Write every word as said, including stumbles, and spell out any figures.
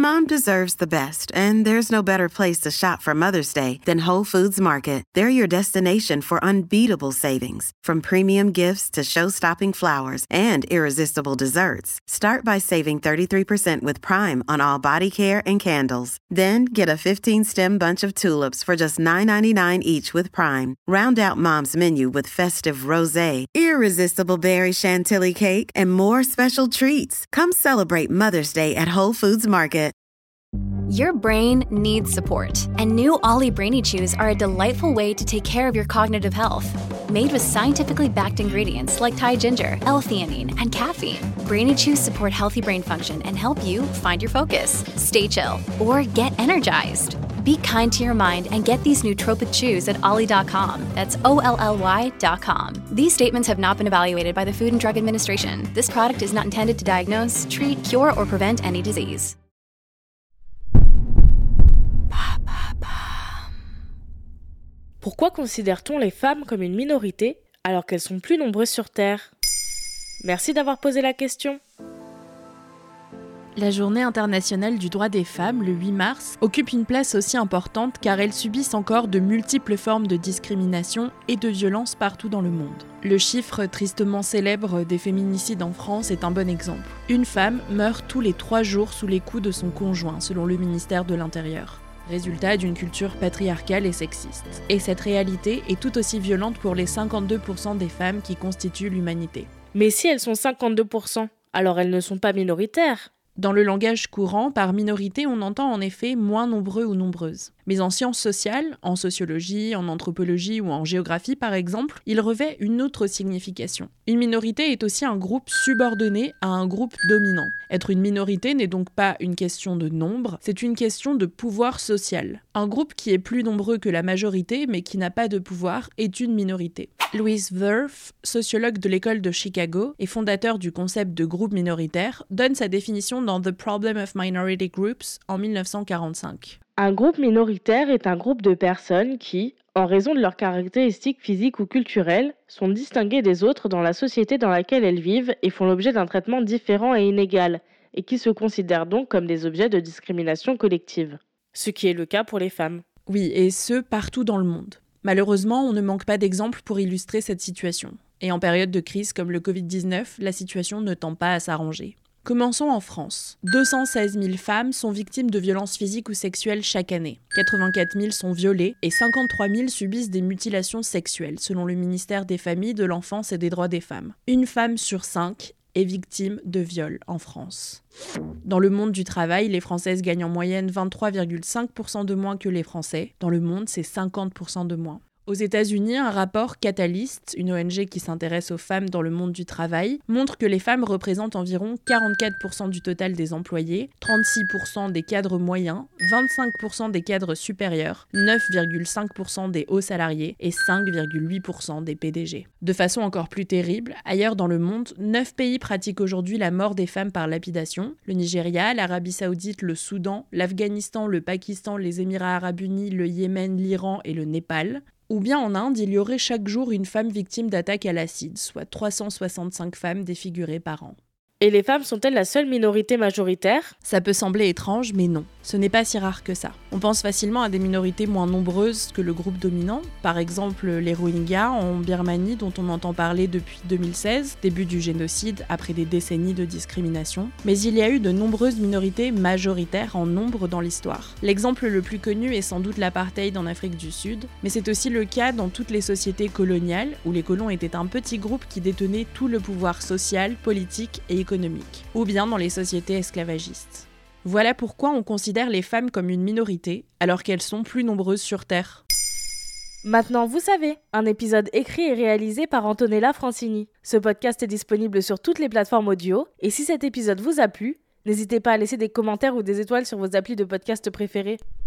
Mom deserves the best, and there's no better place to shop for Mother's Day than Whole Foods Market. They're your destination for unbeatable savings, from premium gifts to show-stopping flowers and irresistible desserts. Start by saving thirty-three percent with Prime on all body care and candles. Then get a fifteen-stem bunch of tulips for just nine ninety-nine each with Prime. Round out Mom's menu with festive rosé, irresistible berry chantilly cake, and more special treats. Come celebrate Mother's Day at Whole Foods Market. Your brain needs support, and new Ollie Brainy Chews are a delightful way to take care of your cognitive health. Made with scientifically backed ingredients like Thai ginger, L-theanine, and caffeine, Brainy Chews support healthy brain function and help you find your focus, stay chill, or get energized. Be kind to your mind and get these nootropic chews at ollie dot com. That's O L L Y dot com. These statements have not been evaluated by the Food and Drug Administration. This product is not intended to diagnose, treat, cure, or prevent any disease. Pourquoi considère-t-on les femmes comme une minorité alors qu'elles sont plus nombreuses sur Terre ? Merci d'avoir posé la question. La Journée internationale du droit des femmes, le huit mars, occupe une place aussi importante car elles subissent encore de multiples formes de discrimination et de violence partout dans le monde. Le chiffre tristement célèbre des féminicides en France est un bon exemple. Une femme meurt tous les trois jours sous les coups de son conjoint, selon le ministère de l'Intérieur. Résultat d'une culture patriarcale et sexiste. Et cette réalité est tout aussi violente pour les cinquante-deux pour cent des femmes qui constituent l'humanité. Mais si elles sont cinquante-deux pour cent, alors elles ne sont pas minoritaires. Dans le langage courant, par minorité, on entend en effet moins nombreux ou nombreuses. Mais en sciences sociales, en sociologie, en anthropologie ou en géographie par exemple, il revêt une autre signification. Une minorité est aussi un groupe subordonné à un groupe dominant. Être une minorité n'est donc pas une question de nombre, c'est une question de pouvoir social. Un groupe qui est plus nombreux que la majorité mais qui n'a pas de pouvoir est une minorité. Louise Wirth, sociologue de l'école de Chicago et fondateur du concept de groupe minoritaire, donne sa définition dans The Problem of Minority Groups en dix-neuf cent quarante-cinq. Un groupe minoritaire est un groupe de personnes qui, en raison de leurs caractéristiques physiques ou culturelles, sont distinguées des autres dans la société dans laquelle elles vivent et font l'objet d'un traitement différent et inégal, et qui se considèrent donc comme des objets de discrimination collective. Ce qui est le cas pour les femmes. Oui, et ce, partout dans le monde. Malheureusement, on ne manque pas d'exemples pour illustrer cette situation. Et en période de crise comme le covid dix-neuf, la situation ne tend pas à s'arranger. Commençons en France. deux cent seize mille femmes sont victimes de violences physiques ou sexuelles chaque année. quatre-vingt-quatre mille sont violées et cinquante-trois mille subissent des mutilations sexuelles, selon le ministère des Familles, de l'Enfance et des Droits des Femmes. Une femme sur cinq est victime de viol en France. Dans le monde du travail, les Françaises gagnent en moyenne vingt-trois virgule cinq pour cent de moins que les Français. Dans le monde, c'est cinquante pour cent de moins. Aux États-Unis, un rapport Catalyst, une O N G qui s'intéresse aux femmes dans le monde du travail, montre que les femmes représentent environ quarante-quatre pour cent du total des employés, trente-six pour cent des cadres moyens, vingt-cinq pour cent des cadres supérieurs, neuf virgule cinq pour cent des hauts salariés et cinq virgule huit pour cent des P D G. De façon encore plus terrible, ailleurs dans le monde, neuf pays pratiquent aujourd'hui la mort des femmes par lapidation. Le Nigeria, l'Arabie Saoudite, le Soudan, l'Afghanistan, le Pakistan, les Émirats Arabes Unis, le Yémen, l'Iran et le Népal. Ou bien en Inde, il y aurait chaque jour une femme victime d'attaque à l'acide, soit trois cent soixante-cinq femmes défigurées par an. Et les femmes sont-elles la seule minorité majoritaire ? Ça peut sembler étrange, mais non. Ce n'est pas si rare que ça. On pense facilement à des minorités moins nombreuses que le groupe dominant, par exemple les Rohingyas en Birmanie dont on entend parler depuis deux mille seize, début du génocide après des décennies de discrimination. Mais il y a eu de nombreuses minorités majoritaires en nombre dans l'histoire. L'exemple le plus connu est sans doute l'apartheid en Afrique du Sud, mais c'est aussi le cas dans toutes les sociétés coloniales où les colons étaient un petit groupe qui détenait tout le pouvoir social, politique et économique, ou bien dans les sociétés esclavagistes. Voilà pourquoi on considère les femmes comme une minorité, alors qu'elles sont plus nombreuses sur Terre. Maintenant, vous savez, un épisode écrit et réalisé par Antonella Francini. Ce podcast est disponible sur toutes les plateformes audio, et si cet épisode vous a plu, n'hésitez pas à laisser des commentaires ou des étoiles sur vos applis de podcast préférés.